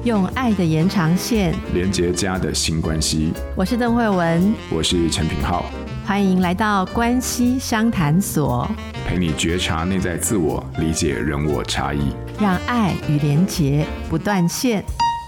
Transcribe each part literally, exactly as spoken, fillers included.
用爱的延长线连结家的新关系。 我是邓惠文， 我是陈品皓， 欢迎来到关系商谈所， 陪你觉察内在自我，理解人我差异， 让爱与连结不断线。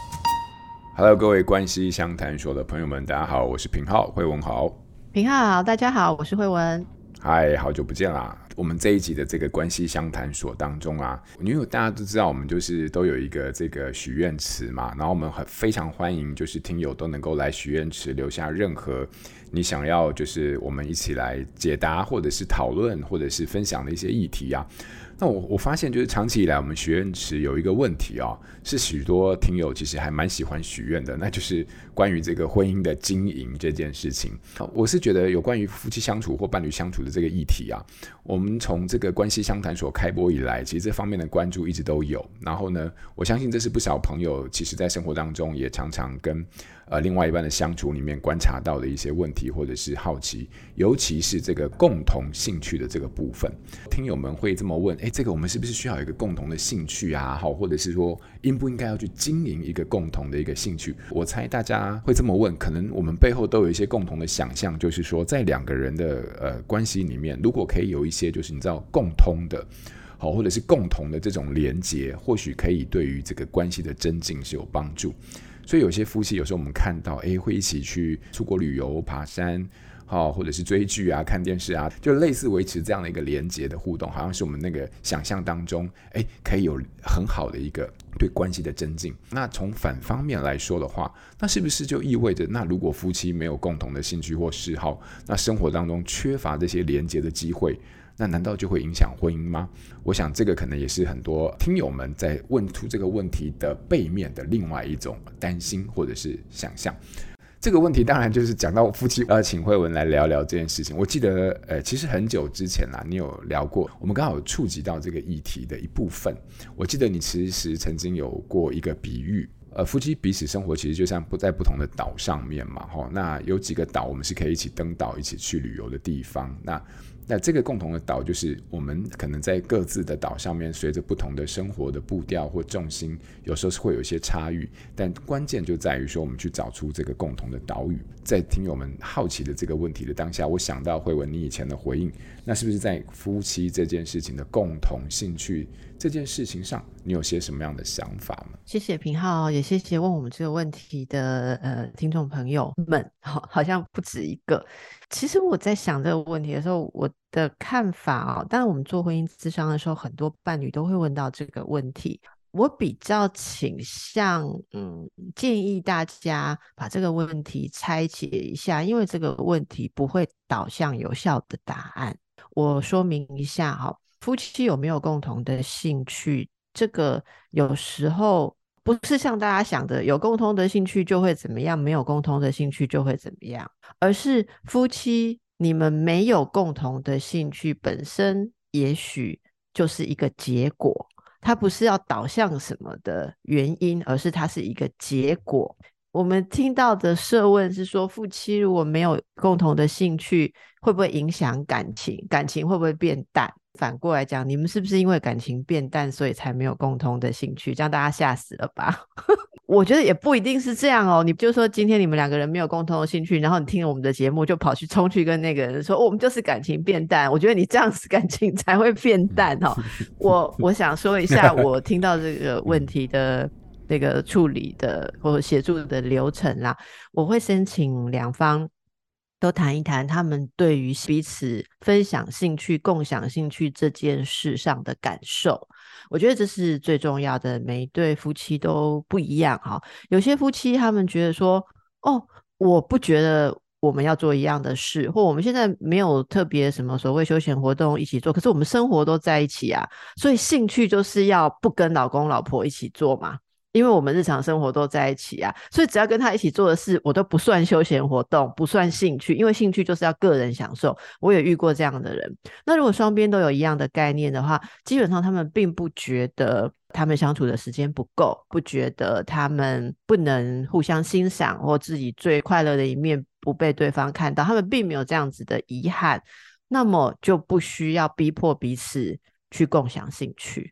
Hello， 各位关系商谈所的朋友们，大家好，我是品皓，惠文好。 品皓好，大家好，我是惠文。 嗨，好久不见啦！我们这一集的这个关系相谈所当中啊，因为大家都知道我们就是都有一个这个许愿池嘛，然后我们很非常欢迎就是听友都能够来许愿池留下任何你想要就是我们一起来解答或者是讨论或者是分享的一些议题啊。那 我, 我发现就是长期以来我们许愿池有一个问题啊，是许多听友其实还蛮喜欢许愿的，那就是关于这个婚姻的经营这件事情。我是觉得有关于夫妻相处或伴侣相处的这个议题啊，我们从这个关系相谈所开播以来，其实这方面的关注一直都有。然后呢，我相信这是不少朋友其实在生活当中也常常跟呃另外一半的相处里面观察到的一些问题或者是好奇，尤其是这个共同兴趣的这个部分。听友们会这么问，诶，这个我们是不是需要有一个共同的兴趣啊？或者是说应不应该要去经营一个共同的一个兴趣？我猜大家会这么问，可能我们背后都有一些共同的想象，就是说在两个人的呃关系里面，如果可以有一些就是你知道共通的好，或者是共同的这种连结，或许可以对于这个关系的增进是有帮助。所以有些夫妻有时候我们看到诶会一起去出国旅游爬山，或者是追剧啊看电视啊，就类似维持这样的一个连结的互动，好像是我们那个想象当中诶可以有很好的一个对关系的增进。那从反方面来说的话，那是不是就意味着那如果夫妻没有共同的兴趣或嗜好，那生活当中缺乏这些连结的机会，那难道就会影响婚姻吗？我想这个可能也是很多听友们在问出这个问题的背面的另外一种担心或者是想象。这个问题当然就是讲到夫妻，呃，请惠文来聊聊这件事情。我记得，呃，其实很久之前啦，你有聊过，我们刚好有触及到这个议题的一部分。我记得你其实曾经有过一个比喻，呃，夫妻彼此生活其实就像不在不同的岛上面嘛，齁，那有几个岛我们是可以一起登岛、一起去旅游的地方。那那这个共同的岛就是我们可能在各自的岛上面，随着不同的生活的步调或重心，有时候是会有一些差异，但关键就在于说我们去找出这个共同的岛屿。在听友们好奇的这个问题的当下，我想到惠文你以前的回应，那是不是在夫妻这件事情的共同兴趣这件事情上，你有些什么样的想法吗？ 谢谢品皓，也谢谢问我们这个问题的呃听众朋友们，好，好像不止一个。其实我在想这个问题的时候，我的看法哦，当然我们做婚姻咨商的时候，很多伴侣都会问到这个问题。我比较倾向嗯，建议大家把这个问题拆解一下，因为这个问题不会导向有效的答案。我说明一下哈，夫妻有没有共同的兴趣，这个有时候不是像大家想的有共同的兴趣就会怎么样，没有共同的兴趣就会怎么样，而是夫妻你们没有共同的兴趣本身也许就是一个结果，它不是要导向什么的原因，而是它是一个结果。我们听到的设问是说，夫妻如果没有共同的兴趣，会不会影响感情？感情会不会变淡？反过来讲，你们是不是因为感情变淡，所以才没有共同的兴趣？这样大家吓死了吧？我觉得也不一定是这样哦。你就说今天你们两个人没有共同的兴趣，然后你听了我们的节目，就跑去冲去跟那个人说、哦、我们就是感情变淡。我觉得你这样子感情才会变淡哦。我我想说一下，我听到这个问题的那个处理的或者协助的流程啦，我会申请两方都谈一谈他们对于彼此分享兴趣、共享兴趣这件事上的感受。我觉得这是最重要的，每一对夫妻都不一样哈。有些夫妻他们觉得说，哦，我不觉得我们要做一样的事，或我们现在没有特别什么所谓休闲活动一起做，可是我们生活都在一起啊，所以兴趣就是要不跟老公老婆一起做嘛。因为我们日常生活都在一起啊，所以只要跟他一起做的事我都不算休闲活动，不算兴趣，因为兴趣就是要个人享受。我也遇过这样的人。那如果双边都有一样的概念的话，基本上他们并不觉得他们相处的时间不够，不觉得他们不能互相欣赏，或自己最快乐的一面不被对方看到，他们并没有这样子的遗憾，那么就不需要逼迫彼此去共享兴趣。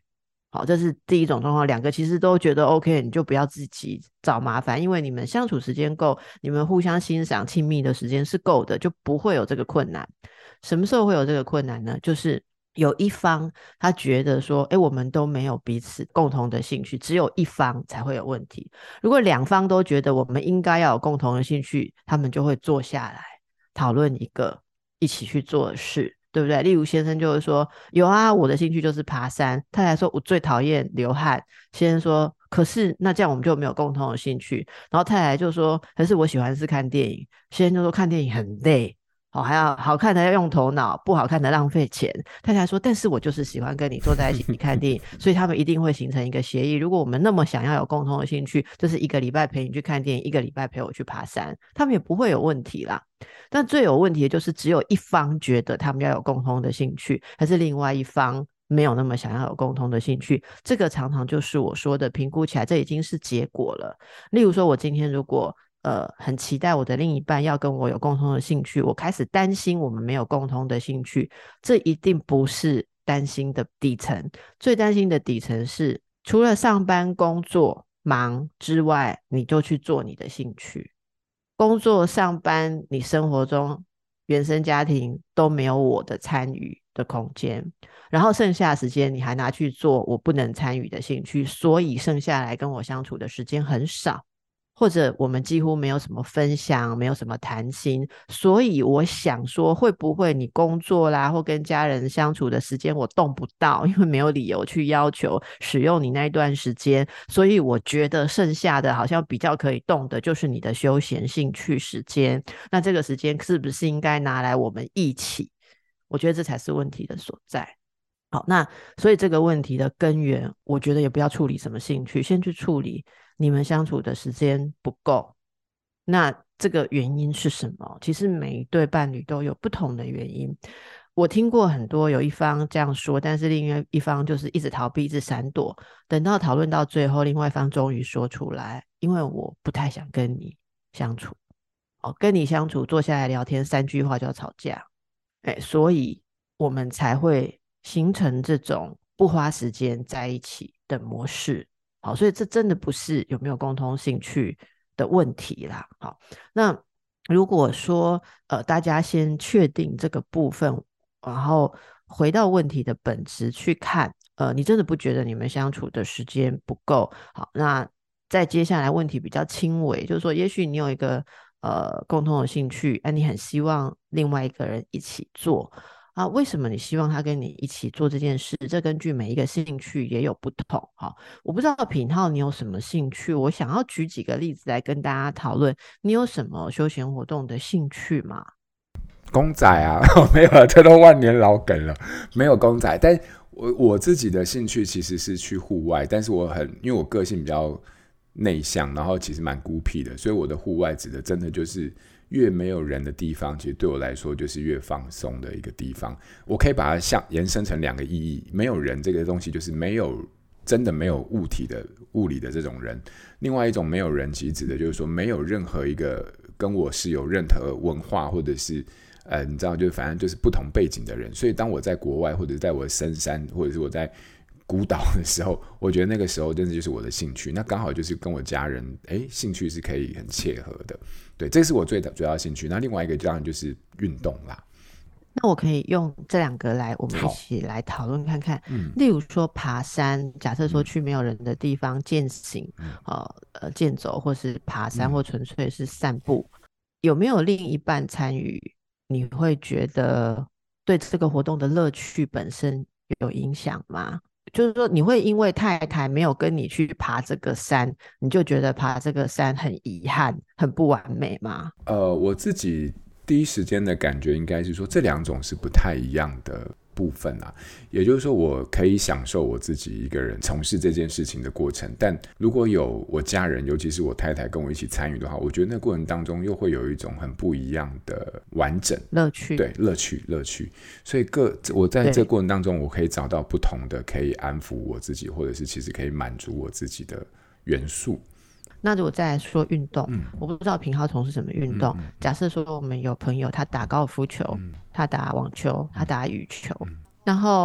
好，这是第一种状况，两个其实都觉得 OK， 你就不要自己找麻烦，因为你们相处时间够，你们互相欣赏亲密的时间是够的，就不会有这个困难。什么时候会有这个困难呢？就是有一方他觉得说，诶，我们都没有彼此共同的兴趣，只有一方才会有问题。如果两方都觉得我们应该要有共同的兴趣，他们就会坐下来讨论一个一起去做的事，对不对？例如先生就会说，有啊，我的兴趣就是爬山。太太说，我最讨厌流汗。先生说，可是那这样我们就没有共同的兴趣。然后太太就说，可是我喜欢是看电影。先生就说，看电影很累。好、哦，还要好看的要用头脑，不好看的浪费钱。太太说，但是我就是喜欢跟你坐在一起看电影，所以他们一定会形成一个协议。如果我们那么想要有共同的兴趣，就是一个礼拜陪你去看电影，一个礼拜陪我去爬山，他们也不会有问题啦。但最有问题的就是只有一方觉得他们要有共同的兴趣，还是另外一方没有那么想要有共同的兴趣。这个常常就是我说的评估起来这已经是结果了。例如说我今天如果呃，很期待我的另一半要跟我有共同的兴趣，我开始担心我们没有共同的兴趣，这一定不是担心的底层。最担心的底层是除了上班工作忙之外，你就去做你的兴趣。工作上班你生活中原生家庭都没有我的参与的空间，然后剩下的时间你还拿去做我不能参与的兴趣，所以剩下来跟我相处的时间很少，或者我们几乎没有什么分享，没有什么谈心。所以我想说，会不会你工作啦或跟家人相处的时间我动不到，因为没有理由去要求使用你那一段时间，所以我觉得剩下的好像比较可以动的就是你的休闲兴趣时间。那这个时间是不是应该拿来我们一起？我觉得这才是问题的所在。好，那所以这个问题的根源，我觉得也不要处理什么兴趣，先去处理你们相处的时间不够。那这个原因是什么？其实每一对伴侣都有不同的原因。我听过很多有一方这样说，但是另外一方就是一直逃避，一直闪躲。等到讨论到最后，另外一方终于说出来，因为我不太想跟你相处。哦，跟你相处，坐下来聊天，三句话就要吵架。哎，所以我们才会形成这种不花时间在一起的模式。好，所以这真的不是有没有共同兴趣的问题啦。好，那如果说呃大家先确定这个部分，然后回到问题的本质去看，呃，你真的不觉得你们相处的时间不够？好，那再接下来问题比较轻微，就是说，也许你有一个呃共同的兴趣，啊，你很希望另外一个人一起做。啊，为什么你希望他跟你一起做这件事？这根据每一个兴趣也有不同。好，我不知道品浩你有什么兴趣，我想要举几个例子来跟大家讨论。你有什么休闲活动的兴趣吗？ 公仔啊，没有了，这都万年老梗了，没有公仔。但我我自己的兴趣其实是去户外，但是我很因为我个性比较内向，然后其实蛮孤僻的，所以我的户外指的真的就是越没有人的地方，其实对我来说就是越放松的一个地方。我可以把它像延伸成两个意义，没有人这个东西就是没有真的没有物体的物理的这种人，另外一种没有人其实指的就是说没有任何一个跟我是有任何文化或者是呃，你知道，就反正就是不同背景的人。所以当我在国外，或者在我的深山，或者是我在孤岛的时候，我觉得那个时候真的就是我的兴趣。那刚好就是跟我家人，哎，兴趣是可以很切合的。对，这是我最主要的兴趣。那另外一个当然就是运动啦。 那我可以用这两个来，我们一起来讨论看看。嗯，例如说爬山，假设说去没有人的地方健行，嗯、呃呃健走，或是爬山，嗯、或纯粹是散步，有没有另一半参与？你会觉得对这个活动的乐趣本身有影响吗？就是说，你会因为太太没有跟你去爬这个山，你就觉得爬这个山很遗憾、很不完美吗？ 呃，我自己第一时间的感觉应该是说，这两种是不太一样的部分啊。也就是说，我可以享受我自己一个人从事这件事情的过程，但如果有我家人，尤其是我太太跟我一起参与的话，我觉得那过程当中又会有一种很不一样的完整乐趣。 对，乐趣，乐趣。所以各我在这个过程当中，我可以找到不同的可以安抚我自己，或者是其实可以满足我自己的元素。 那如果再来说运动，嗯、我不知道平浩从事什么运动。嗯嗯、假设说我们有朋友他打高尔夫球，嗯、他打网球，他打羽球，嗯、然后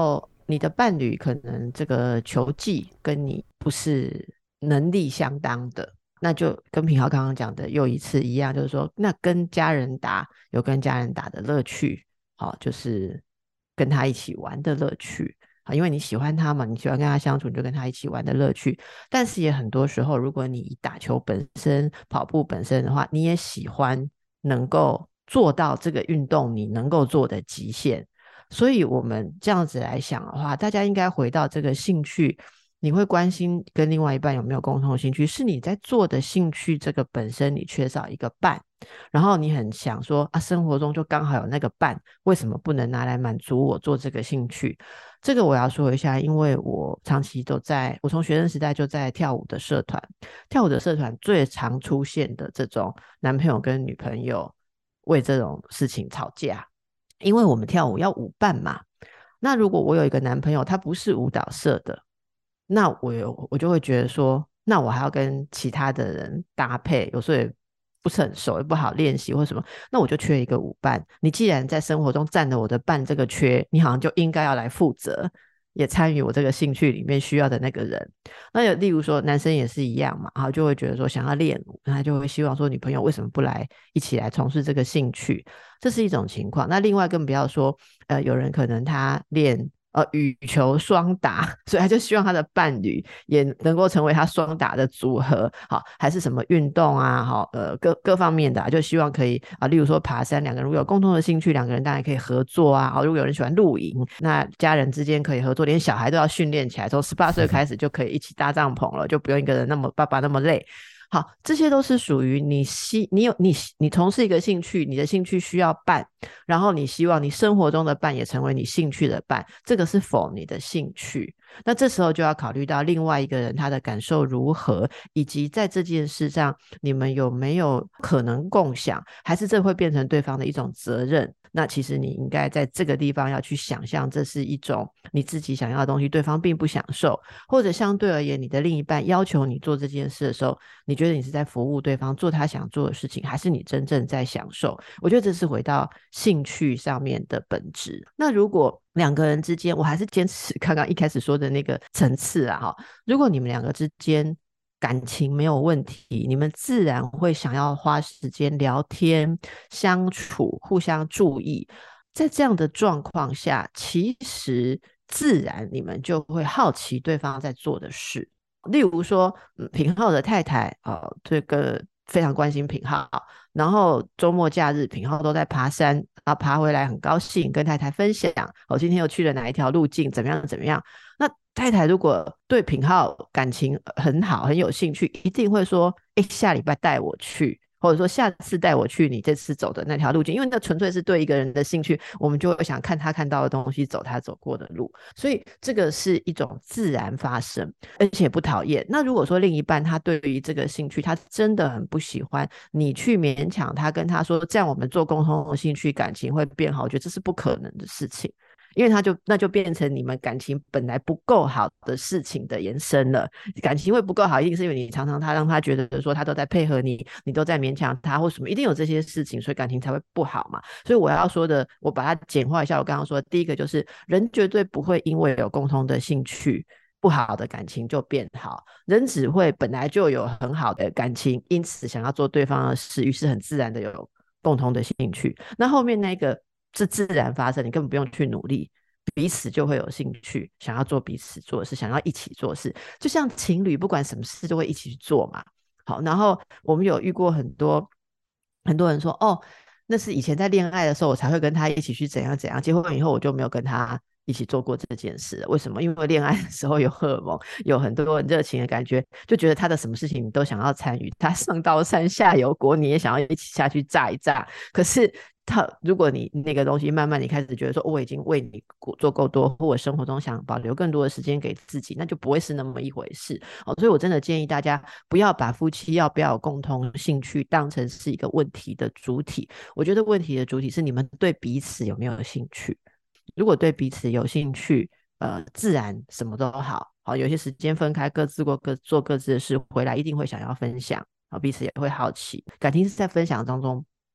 你的伴侣可能这个球技跟你不是能力相当的，那就跟品浩刚刚讲的又一次一样，就是说那跟家人打有跟家人打的乐趣，好，就是跟他一起玩的乐趣，因为你喜欢他嘛，你喜欢跟他相处，你就跟他一起玩的乐趣。但是也很多时候，如果你以打球本身、跑步本身的话，你也喜欢能够做到这个运动你能够做的极限。所以我们这样子来想的话，大家应该回到这个兴趣，你会关心跟另外一半有没有共同的兴趣，是你在做的兴趣这个本身你缺少一个伴，然后你很想说啊，生活中就刚好有那个伴，为什么不能拿来满足我做这个兴趣？这个我要说一下，因为我长期都在，我从学生时代就在跳舞的社团，跳舞的社团最常出现的这种男朋友跟女朋友为这种事情吵架，因为我们跳舞要舞伴嘛。那如果我有一个男朋友他不是舞蹈社的，那我有我就会觉得说，那我还要跟其他的人搭配，有时候也不是很熟，也不好练习或什么，那我就缺一个舞伴。你既然在生活中占了我的伴这个缺，你好像就应该要来负责，也参与我这个兴趣里面需要的那个人。那有例如说男生也是一样嘛，然后就会觉得说想要练舞，他就会希望说女朋友为什么不来一起来从事这个兴趣，这是一种情况。那另外更不要说呃，有人可能他练呃羽球双打，所以他就希望他的伴侣也能够成为他双打的组合，好，还是什么运动啊，好，呃各各方面的、啊、就希望可以啊，例如说爬山，两个人如果有共同的兴趣，两个人当然可以合作啊，好，如果有人喜欢露营，那家人之间可以合作，连小孩都要训练起来，从十八岁开始就可以一起搭帐篷了，就不用一个人那么爸爸那么累。好，这些都是属于你希你有你你从事一个兴趣，你的兴趣需要伴，然后你希望你生活中的伴也成为你兴趣的伴，这个是否你的兴趣？那这时候就要考虑到另外一个人他的感受如何，以及在这件事上你们有没有可能共享，还是这会变成对方的一种责任？那其实你应该在这个地方要去想象，这是一种你自己想要的东西，对方并不享受，或者相对而言，你的另一半要求你做这件事的时候，你觉得你是在服务对方，做他想做的事情，还是你真正在享受？我觉得这是回到兴趣上面的本质。那如果两个人之间，我还是坚持刚刚一开始说的那个层次啊，哈，如果你们两个之间感情没有问题，你们自然会想要花时间聊天、相处、互相注意。在这样的状况下，其实自然你们就会好奇对方在做的事。例如说，嗯，品浩的太太呃，这个非常关心品浩，然后周末假日品浩都在爬山，啊，爬回来很高兴，跟太太分享，我、哦、今天又去了哪一条路径，怎么样怎么样。那太太如果对品浩感情很好，很有兴趣，一定会说，哎，下礼拜带我去，或者说下次带我去你这次走的那条路径，因为那纯粹是对一个人的兴趣，我们就会想看他看到的东西，走他走过的路，所以这个是一种自然发生，而且不讨厌。那如果说另一半他对于这个兴趣他真的很不喜欢，你去勉强他，跟他说这样我们做共同的兴趣，感情会变好，我觉得这是不可能的事情，因为他就那就变成你们感情本来不够好的事情的延伸了。感情会不够好，一定是因为你常常他让他觉得说他都在配合你，你都在勉强他或什么，一定有这些事情，所以感情才会不好嘛。所以我要说的，我把它简化一下，我刚刚说的第一个就是人绝对不会因为有共同的兴趣，不好的感情就变好，人只会本来就有很好的感情，因此想要做对方的事，于是很自然的有共同的兴趣。那后面那个是自然发生，你根本不用去努力，彼此就会有兴趣，想要做彼此做的事，想要一起做事。就像情侣不管什么事都会一起去做嘛。好，然后我们有遇过很多很多人说，哦，那是以前在恋爱的时候我才会跟他一起去怎样怎样，结婚以后我就没有跟他一起做过这件事了。为什么？因为恋爱的时候有荷尔蒙，有很多很热情的感觉，就觉得他的什么事情你都想要参与，他上刀山下油锅你也想要一起下去炸一炸。可是他如果你那个东西慢慢你开始觉得说、哦、我已经为你做够多，或我生活中想保留更多的时间给自己，那就不会是那么一回事、哦、所以我真的建议大家不要把夫妻要不要有共同兴趣当成是一个问题的主体。我觉得问题的主体是你们对彼此有没有兴趣。如果对彼此有兴趣，呃，自然什么都好。好，有些时间分开，各自过各做各自的事，回来一定会想要分享，好，彼此也会好奇。感情是在分享当中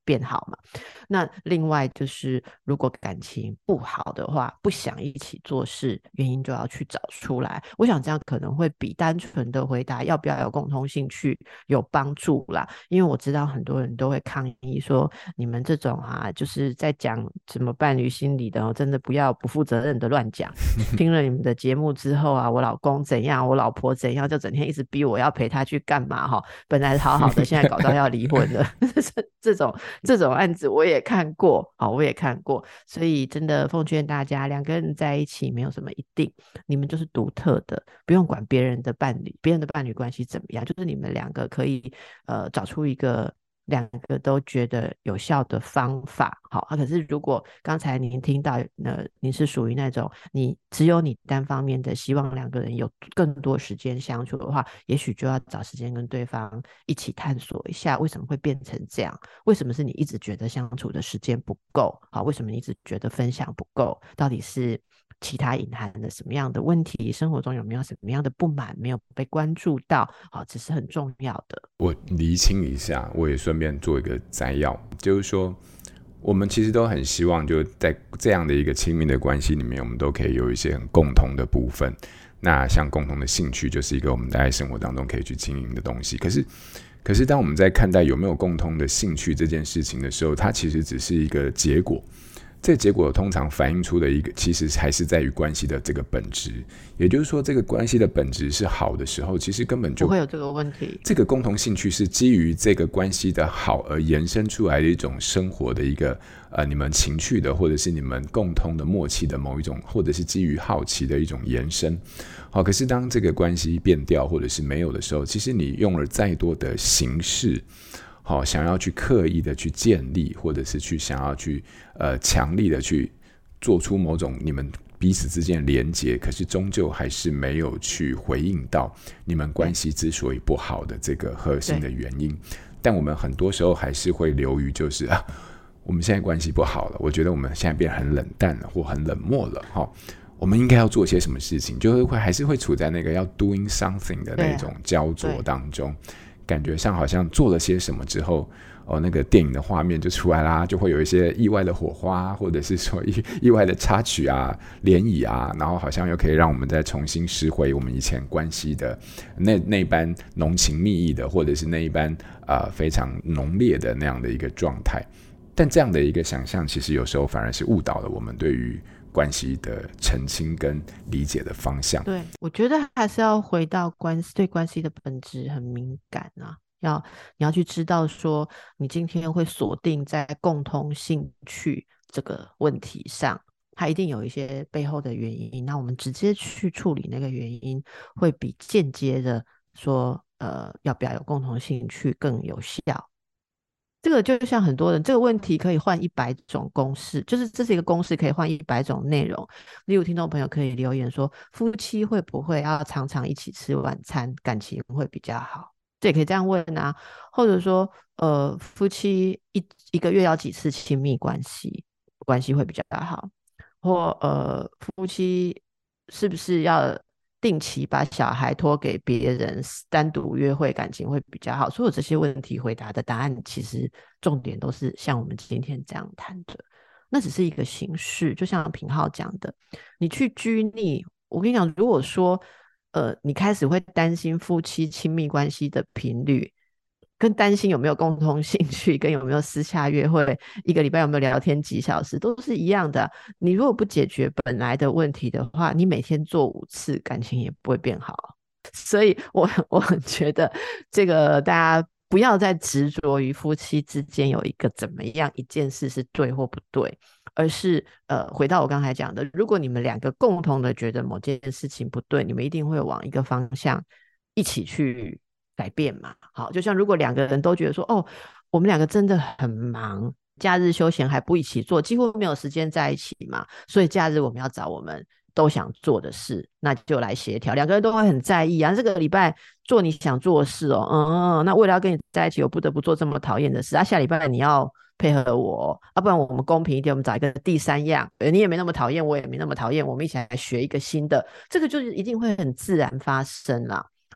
变好嘛。那另外就是如果感情不好的话，不想一起做事，原因就要去找出来。我想这样可能会比单纯的回答要不要有共同兴趣有帮助啦。因为我知道很多人都会抗议说，你们这种啊就是在讲什么伴侣心理的、哦、真的不要不负责任的乱讲。听了你们的节目之后啊，我老公怎样，我老婆怎样，就整天一直逼我要陪他去干嘛、哦、本来好好的，现在搞到要离婚了这种这种案子我也看过、哦、我也看过。所以真的奉劝大家，两个人在一起没有什么一定，你们就是独特的，不用管别人的伴侣别人的伴侣关系怎么样，就是你们两个可以呃找出一个两个都觉得有效的方法。好、啊，可是如果刚才您听到呃，您是属于那种你只有你单方面的希望两个人有更多时间相处的话，也许就要找时间跟对方一起探索一下为什么会变成这样，为什么是你一直觉得相处的时间不够，好，为什么你一直觉得分享不够，到底是其他隐含的什么样的问题，生活中有没有什么样的不满没有被关注到，好，这是很重要的。 我厘清一下，我也顺便做一个摘要，就是说我们其实都很希望就在这样的一个亲密的关系里面，我们都可以有一些很共同的部分，那像共同的兴趣就是一个我们在生活当中可以去经营的东西。可是可是当我们在看待有没有共同的兴趣这件事情的时候，它其实只是一个结果，这个结果通常反映出的一个其实还是在于关系的这个本质。也就是说这个关系的本质是好的时候，其实根本就不会有这个问题。 这个共同兴趣是基于这个关系的好而延伸出来的一种生活的一个呃你们情趣的或者是你们共同的默契的某一种，或者是基于好奇的一种延伸。好，可是当这个关系变掉或者是没有的时候，其实你用了再多的形式好，想要去刻意的去建立，或者是去想要去呃强力的去做出某种你们彼此之间的连结，可是终究还是没有去回应到你们关系之所以不好的这个核心的原因。但我们很多时候还是会流于就是啊，我们现在关系不好了，我觉得我们现在变得很冷淡了或很冷漠了、哦、我们应该要做些什么事情，就会还是会处在那个要 doing something 的那种焦灼当中，感觉上好像做了些什么之后哦，那个电影的画面就出来啦，就会有一些意外的火花，或者是说 意, 意外的插曲啊、涟漪啊，然后好像又可以让我们再重新拾回我们以前关系的那那般浓情蜜意的，或者是那一般、呃、非常浓烈的那样的一个状态。但这样的一个想象，其实有时候反而是误导了我们对于关系的澄清跟理解的方向。 对，我觉得还是要回到关系，对关系的本质很敏感啊。要你要去知道说你今天会锁定在共同兴趣这个问题上，它一定有一些背后的原因，那我们直接去处理那个原因会比间接的说呃要不要有共同兴趣更有效。这个就像很多人，这个问题可以换一百种公式，就是这是一个公式可以换一百种内容。例如听众朋友可以留言说，夫妻会不会要常常一起吃晚餐，感情会比较好？这也可以这样问啊。或者说呃，夫妻 一, 一个月要几次亲密关系，关系会比较好？或呃，夫妻是不是要定期把小孩托给别人，单独约会，感情会比较好？所有这些问题回答的答案，其实重点都是像我们今天这样谈的，那只是一个形式。就像品皓讲的，你去拘泥，我跟你讲，如果说呃，你开始会担心夫妻亲密关系的频率，跟担心有没有共同兴趣，跟有没有私下约会，一个礼拜有没有聊天几小时，都是一样的。你如果不解决本来的问题的话，你每天做五次，感情也不会变好。所以我我很觉得这个大家不要再执着于夫妻之间有一个怎么样一件事是对或不对，而是呃回到我刚才讲的，如果你们两个共同的觉得某件事情不对，你们一定会往一个方向一起去改变嘛。好，就像如果两个人都觉得说，哦，我们两个真的很忙，假日休闲还不一起做，几乎没有时间在一起嘛，所以假日我们要找我们都想做的事，那就来协调。两个人都会很在意啊，这个礼拜做你想做的事哦，嗯嗯，那为了要跟你在一起，我不得不做这么讨厌的事啊，下礼拜你要配合我，啊，不然我们公平一点，我们找一个第三样，你也没那么讨厌，我也没那么讨厌，我们一起来学一个新的，这个就是一定会很自然发生啦。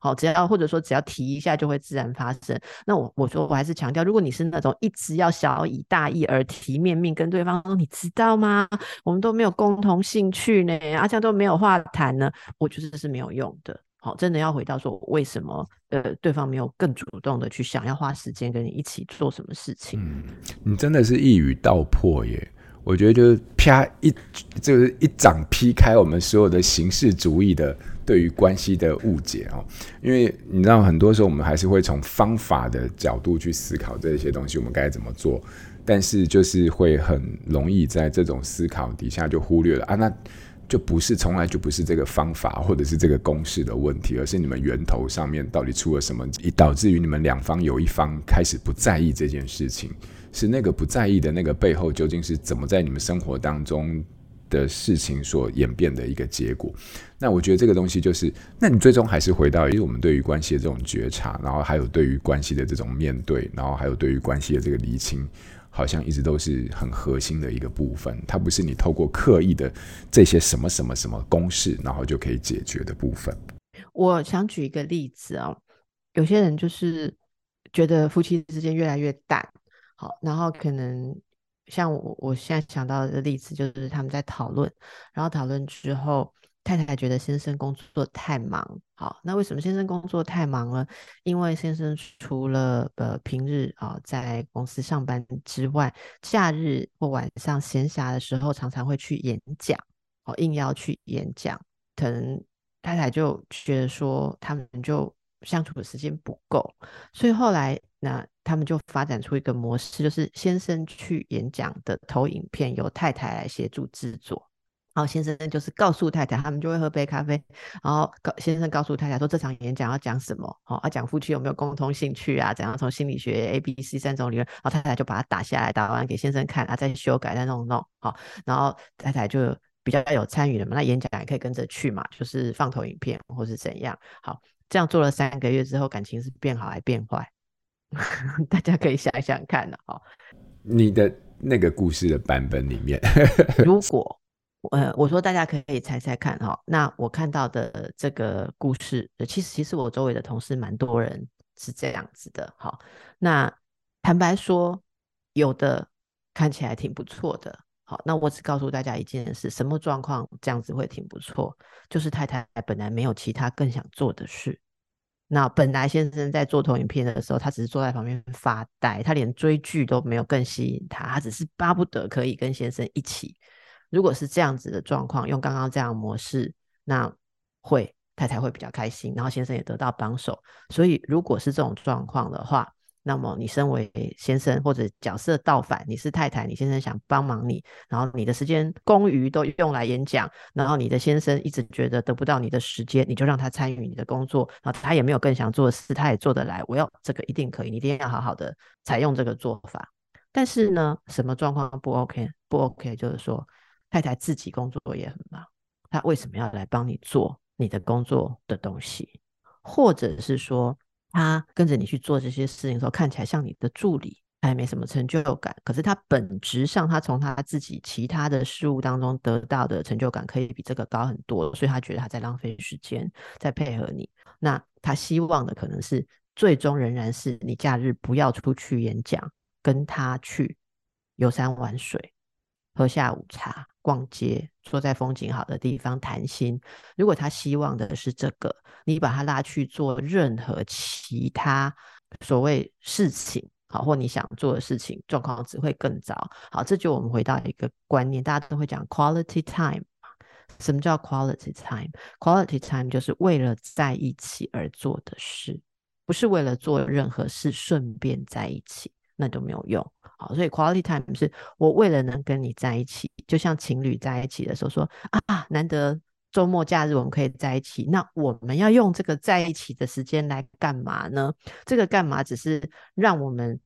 好，只要或者说只要提一下就会自然发生。那我我说我还是强调，如果你是那种一直要小以大义而提面命跟对方说，你知道吗？我们都没有共同兴趣呢，啊，这样都没有话谈呢，我觉得是没有用的。好，真的要回到说为什么呃对方没有更主动的去想要花时间跟你一起做什么事情。 嗯，你真的是一语道破耶。我觉得就是啪一就是一掌劈开我们所有的形式主义的对于关系的误解哦。因为你知道很多时候我们还是会从方法的角度去思考这些东西我们该怎么做，但是就是会很容易在这种思考底下就忽略了啊，那就不是从来就不是这个方法或者是这个公式的问题，而是你们源头上面到底出了什么，以导致于你们两方有一方开始不在意这件事情，是那个不在意的那个背后究竟是怎么在你们生活当中的事情所演变的一个结果。那我觉得这个东西就是，那你最终还是回到，因为我们对于关系的这种觉察，然后还有对于关系的这种面对，然后还有对于关系的这个厘清，好像一直都是很核心的一个部分，它不是你透过刻意的这些什么什么什么公式然后就可以解决的部分。 我想举一个例子哦，有些人就是觉得夫妻之间越来越淡，好，然后可能像我我现在想到的例子就是他们在讨论，然后讨论之后太太觉得先生工作太忙，好，那为什么先生工作太忙呢？因为先生除了呃平日啊、在公司上班之外，假日或晚上闲暇的时候常常会去演讲，哦，应邀去演讲，可能太太就觉得说他们就相处的时间不够，所以后来那他们就发展出一个模式，就是先生去演讲的投影片由太太来协助制作。然后先生就是告诉太太，他们就会喝杯咖啡，然后先生告诉太太说这场演讲要讲什么，哦，要讲夫妻有没有共同兴趣啊，怎样从心理学 A B C 三种理论，然后太太就把它打下来，打完给先生看啊，再修改再弄弄，好，然后太太就比较有参与的嘛，那演讲也可以跟着去嘛，就是放投影片或是怎样，好，这样做了三个月之后，感情是变好还变坏？大家可以想一想看的，哦， 你的那个故事的版本里面如果呃，我说大家可以猜猜看哈、哦，那我看到的这个故事，其实其实我周围的同事蛮多人是这样子的，好，那坦白说，有的看起来挺不错的，好，那我只告诉大家一件事，什么状况这样子会挺不错，就是太太本来没有其他更想做的事。那本来先生在做投影片的时候，他只是坐在旁边发呆，他连追剧都没有更吸引他，他只是巴不得可以跟先生一起。如果是这样子的状况，用刚刚这样的模式，那会太太会比较开心，然后先生也得到帮手。所以如果是这种状况的话，那么你身为先生或者角色倒反，你是太太，你先生想帮忙你，然后你的时间公余都用来演讲，然后你的先生一直觉得得不到你的时间，你就让他参与你的工作，然后他也没有更想做的事，他也做得来，我要这个一定可以，你一定要好好的采用这个做法。但是呢，什么状况不 OK？ 不 OK 就是说太太自己工作也很忙，她为什么要来帮你做你的工作的东西？或者是说他跟着你去做这些事情的时候，看起来像你的助理，他也没什么成就感，可是他本质上他从他自己其他的事物当中得到的成就感可以比这个高很多，所以他觉得他在浪费时间，在配合你。那他希望的可能是最终仍然是你假日不要出去演讲，跟他去游山玩水，喝下午茶，逛街，坐在风景好的地方谈心。如果他希望的是这个，你把他拉去做任何其他所谓事情，好，或你想做的事情，状况只会更糟。好，这就我们回到一个观念，大家都会讲 quality time。什么叫 quality time？quality time 就是为了在一起而做的事，不是为了做任何事顺便在一起，那都没有用。好，所以 quality time 是我为了能跟你在一起，就像情侣在一起的时候说啊，难得周末假日我们可以在一起，那我们要用这个在一起的时间来干嘛呢？这个干嘛只是让我们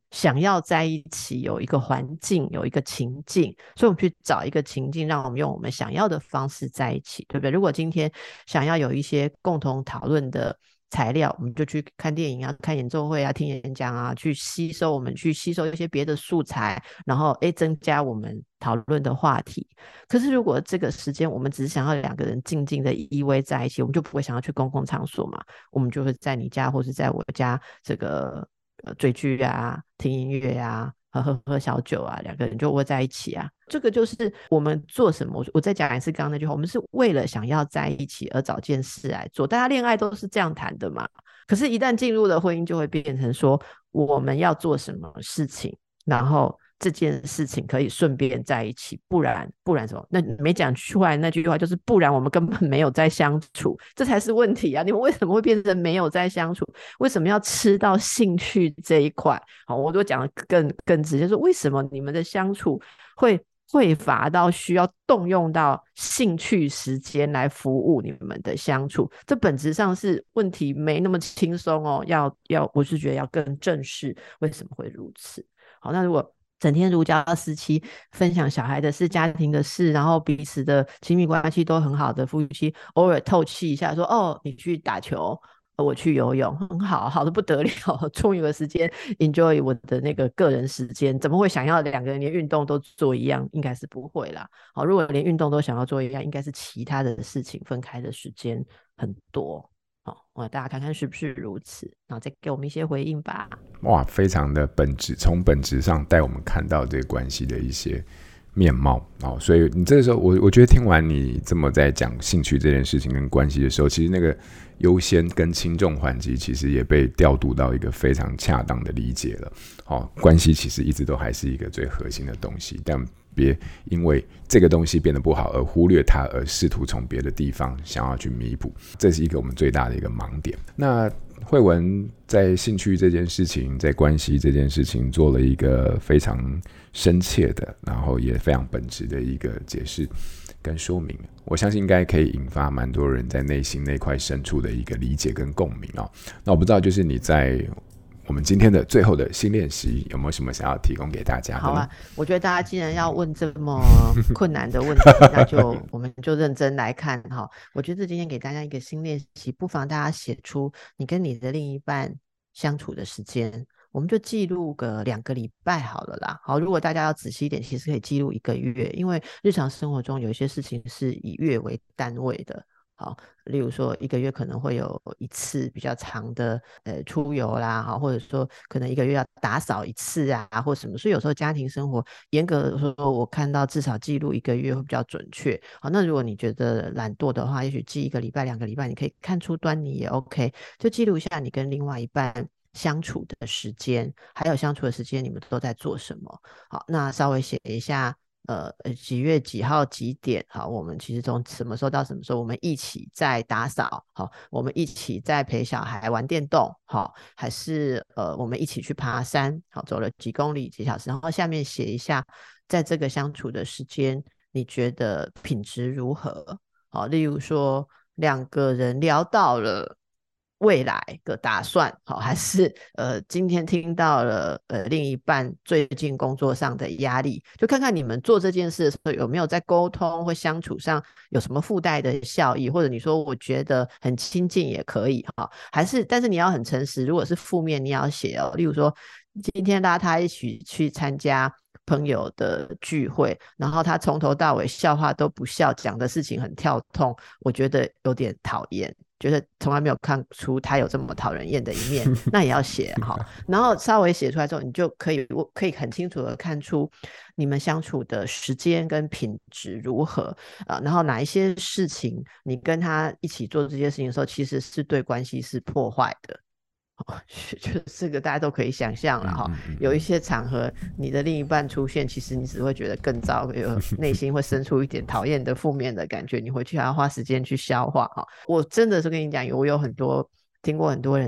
想要在一起有一个环境，有一个情境，所以我们去找一个情境，让我们用我们想要的方式在一起，对不对？如果今天想要有一些共同讨论的材料，我们就去看电影啊，看演奏会啊，听演讲啊，去吸收我们去吸收一些别的素材，然后诶增加我们讨论的话题。可是如果这个时间我们只是想要两个人静静的依偎在一起，我们就不会想要去公共场所嘛，我们就会在你家或是在我家这个呃追剧啊，听音乐啊，喝喝喝小酒啊，两个人就窝在一起啊。这个就是我们做什么，我再讲一次刚刚那句话，我们是为了想要在一起而找件事来做，大家恋爱都是这样谈的嘛。可是一旦进入了婚姻，就会变成说我们要做什么事情，然后这件事情可以顺便在一起，不然不然什么？那你没讲出来那句话就是不然我们根本没有在相处，这才是问题啊！你们为什么会变成没有在相处？为什么要吃到兴趣这一块？好，我就讲的更更直接说，为什么你们的相处会匮乏到需要动用到兴趣时间来服务你们的相处？这本质上是问题没那么轻松哦，要要我是觉得要更正视为什么会如此。好，那如果整天如胶似漆分享小孩的事、家庭的事，然后彼此的亲密关系都很好的夫妻，偶尔透气一下说哦你去打球，我去游泳，很好，好的不得了，终于有时间 enjoy 我的那个个人时间。怎么会想要两个人连运动都做一样？应该是不会啦。好，如果连运动都想要做一样，应该是其他的事情分开的时间很多。好，大家看看是不是如此，然后再给我们一些回应吧。 哇，非常的本质，从本质上带我们看到这个关系的一些面貌。哦，所以你这个时候，我我觉得听完你这么在讲兴趣这件事情跟关系的时候，其实那个优先跟轻重缓急其实也被调度到一个非常恰当的理解了。哦，关系其实一直都还是一个最核心的东西，但别因为这个东西变得不好而忽略它，而试图从别的地方想要去弥补，这是一个我们最大的一个盲点。那慧文在兴趣这件事情，在关系这件事情做了一个非常深切的，然后也非常本质的一个解释跟说明，我相信应该可以引发蛮多人在内心那块深处的一个理解跟共鸣哦。那我不知道就是你在我们今天的最后的新练习有没有什么想要提供给大家的呢？ 好啊，我觉得大家既然要问这么困难的问题那就我们就认真来看哈。我觉得今天给大家一个新练习，不妨大家写出你跟你的另一半相处的时间，我们就记录个两个礼拜好了啦。好，如果大家要仔细一点，其实可以记录一个月，因为日常生活中有一些事情是以月为单位的。好，例如说一个月可能会有一次比较长的呃出游啦，好，或者说可能一个月要打扫一次啊，或什么，所以有时候家庭生活严格的说，我看到至少记录一个月会比较准确。好，那如果你觉得懒惰的话，也许记一个礼拜、两个礼拜，你可以看出端倪也 OK， 就记录一下你跟另外一半相处的时间，还有相处的时间你们都在做什么。好，那稍微写一下呃几月几号几点，好，我们其实从什么时候到什么时候我们一起在打扫，好，我们一起在陪小孩玩电动，好，还是呃我们一起去爬山，好，走了几公里几小时，然后下面写一下在这个相处的时间你觉得品质如何。好，例如说两个人聊到了未来的打算，好，还是呃今天听到了呃另一半最近工作上的压力，就看看你们做这件事的时候有没有在沟通或相处上有什么附带的效益，或者你说我觉得很亲近也可以，好，还是但是你要很诚实，如果是负面你要写哦，例如说今天拉他一起去参加朋友的聚会，然后他从头到尾笑话都不笑，讲的事情很跳痛，我觉得有点讨厌，觉得从来没有看出他有这么讨人厌的一面，那也要写好，然后稍微写出来之后，你就可以可以很清楚的看出你们相处的时间跟品质如何、呃、然后哪一些事情你跟他一起做这些事情的时候，其实是对关系是破坏的。哦、就这个大家都可以想象了哈、嗯嗯嗯，有一些场合你的另一半出现，其实你只会觉得更糟，有内心会生出一点讨厌的负面的感觉，你回去还要花时间去消化哈。我真的是跟你讲，我有很多听过很多人说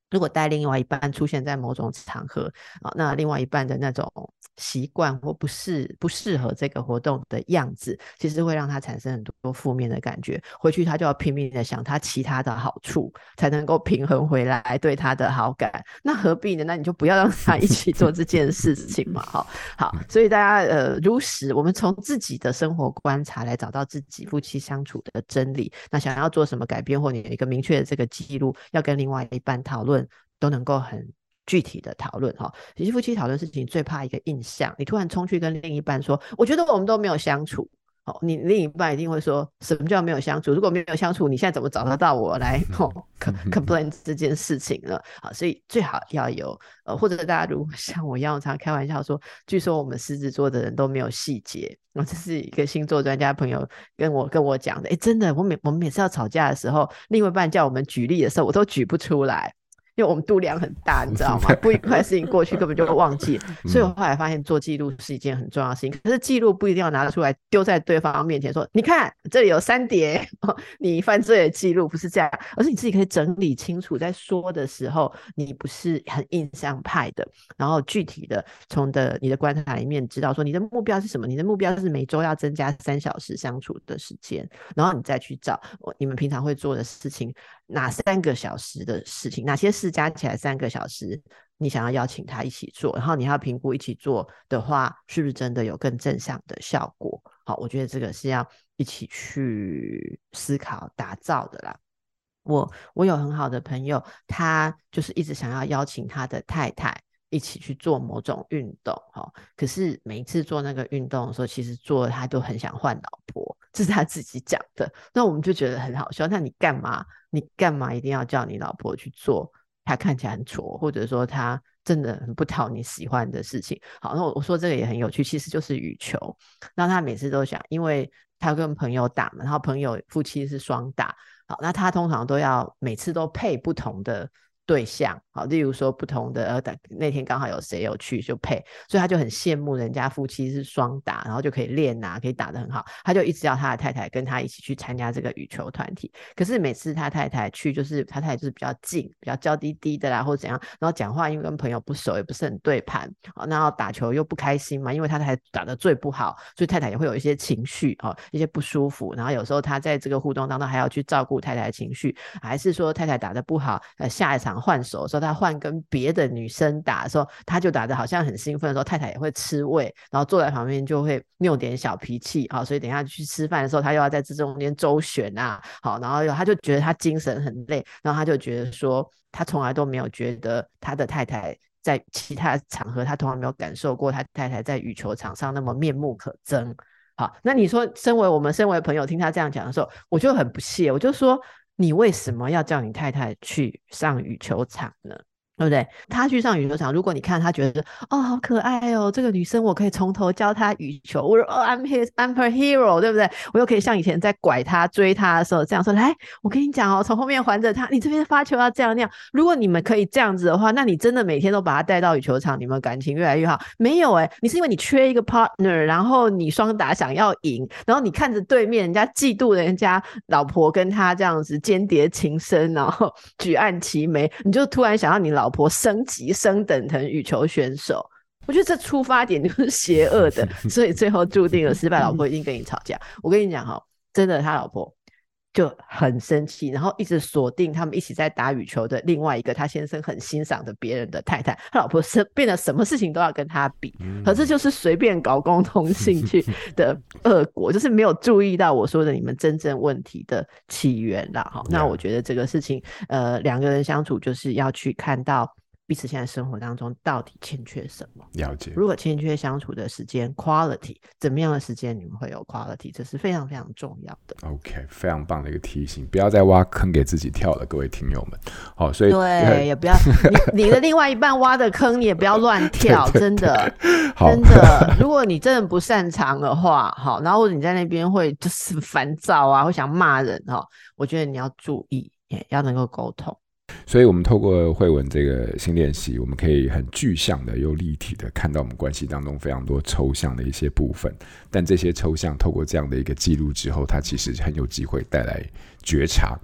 如果带另外一半出现在某种场合，啊，那另外一半的那种习惯或不适不适合这个活动的样子，其实会让他产生很多负面的感觉，回去他就要拼命的想他其他的好处，才能够平衡回来对他的好感。那何必呢？那你就不要让他一起做这件事情嘛。好，好，所以大家呃，如实我们从自己的生活观察来找到自己夫妻相处的真理。那想要做什么改变，或你有一个明确的这个记录，要跟另外一半讨论，都能够很具体的讨论哈。其实夫妻讨论事情最怕一个印象，你突然冲去跟另一半说，我觉得我们都没有相处。哦，你另一半一定会说，什么叫没有相处？如果没有相处，你现在怎么找得到我来、哦、complain 这件事情呢？好，所以最好要有呃，或者大家如果像我一样，我常开玩笑说，据说我们狮子座的人都没有细节。哦、这是一个星座专家朋友跟我跟我讲的。哎，真的，我每我们每次要吵架的时候，另外一半叫我们举例的时候，我都举不出来。因为我们度量很大，你知道吗？不愉快的事情过去根本就忘记，所以我后来发现做记录是一件很重要的事情。可是记录不一定要拿出来丢在对方面前说，你看这里有三叠、哦、你犯罪的记录，不是这样，而是你自己可以整理清楚，在说的时候你不是很印象派的，然后具体的从的你的观察里面知道说你的目标是什么。你的目标是每周要增加三小时相处的时间，然后你再去找你们平常会做的事情，哪三个小时的事情，哪些事加起来三个小时你想要邀请他一起做，然后你要评估一起做的话是不是真的有更正向的效果。好，我觉得这个是要一起去思考打造的啦。我我有很好的朋友，他就是一直想要邀请他的太太一起去做某种运动、哦、可是每一次做那个运动的时候，其实做他都很想换老婆，这是他自己讲的。那我们就觉得很好笑，那你干嘛你干嘛一定要叫你老婆去做他看起来很挫，或者说他真的很不讨你喜欢的事情？好，那我说这个也很有趣，其实就是羽球。那他每次都想，因为他跟朋友打嘛，然后朋友夫妻是双打，好，那他通常都要每次都配不同的对象，好，例如说不同的呃，那天刚好有谁有去就配，所以他就很羡慕人家夫妻是双打，然后就可以练啊，可以打得很好，他就一直要他的太太跟他一起去参加这个羽球团体。可是每次他太太去，就是他太太就是比较静，比较娇滴滴的啦，或者怎样，然后讲话因为跟朋友不熟，也不是很对盘，然后打球又不开心嘛，因为他太太打得最不好，所以太太也会有一些情绪、哦、一些不舒服，然后有时候他在这个互动当中还要去照顾太太的情绪，还是说太太打得不好，呃，下一场换手的时候，他换跟别的女生打的时候，他就打得好像很兴奋的时候，太太也会吃味，然后坐在旁边就会拗点小脾气、哦、所以等一下去吃饭的时候，他又要在这中间周旋啊，好，然后他就觉得他精神很累，然后他就觉得说他从来都没有觉得他的太太在其他场合，他从来没有感受过他太太在羽球场上那么面目可憎。好，那你说身为我们身为朋友听他这样讲的时候，我就很不屑，我就说你为什么要叫你太太去上羽球场呢？对不对？他去上羽球场，如果你看他觉得哦好可爱哦，这个女生我可以从头教她羽球，我说、oh, I'm his I'm her hero， 对不对？我又可以像以前在拐她追她的时候这样说，来我跟你讲哦，从后面环着她，你这边发球要这样那样。如果你们可以这样子的话，那你真的每天都把她带到羽球场，你们感情越来越好。没有诶，你是因为你缺一个 partner， 然后你双打想要赢，然后你看着对面人家嫉妒人家老婆跟他这样子间谍情深，然后举案齐眉，你就突然想要你老婆升级升等成羽球选手。我觉得这出发点就是邪恶的，所以最后注定了失败老婆一定跟你吵架。我跟你讲哈，真的他老婆就很生气，然后一直锁定他们一起在打羽球的另外一个他先生很欣赏的别人的太太，他老婆是变得什么事情都要跟他比，可这就是随便搞共同兴趣的恶果，就是没有注意到我说的你们真正问题的起源啦。好，那我觉得这个事情呃，两个人相处就是要去看到彼此现在生活当中到底欠缺什么。 了解。 如果欠缺相处的时间 quality， 怎么样的时间你们会有 quality， 这是非常非常重要的。 OK， 非常棒的一个提醒，不要再挖坑给自己跳了，各位听友们。好，所以对，也不要你, 你的另外一半挖的坑你也不要乱跳。对对对，真的真的，如果你真的不擅长的话，好，然后或者你在那边会就是烦躁啊，会想骂人，我觉得你要注意，要能够沟通。 所以我们透过慧文这个新练习，我们可以很具象的又立体的看到我们关系当中非常多抽象的一些部分，但这些抽象透过这样的一个记录之后，它其实很有机会带来觉察。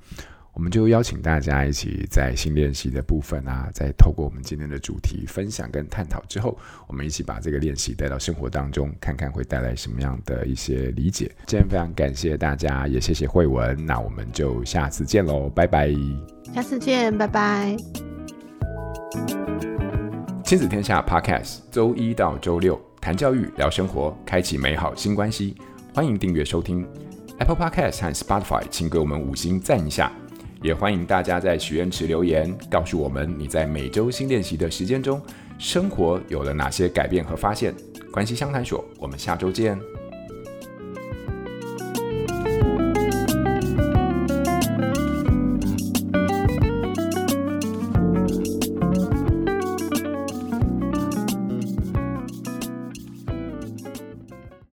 我们就邀请大家一起在新练习的部分啊，在透过我们今天的主题分享跟探讨之后，我们一起把这个练习带到生活当中，看看会带来什么样的一些理解。今天非常感谢大家，也谢谢慧文，那我们就下次见咯，拜拜。 下次见，拜拜。 亲子天下 Podcast 周一到周六谈教育聊生活，开启美好新关系，欢迎订阅收听 Apple Podcast 和 Spotify， 请给我们五星赞一下，也欢迎大家在许愿池留言，告诉我们你在每周新练习的时间中，生活有了哪些改变和发现。关系相谈所，我们下周见。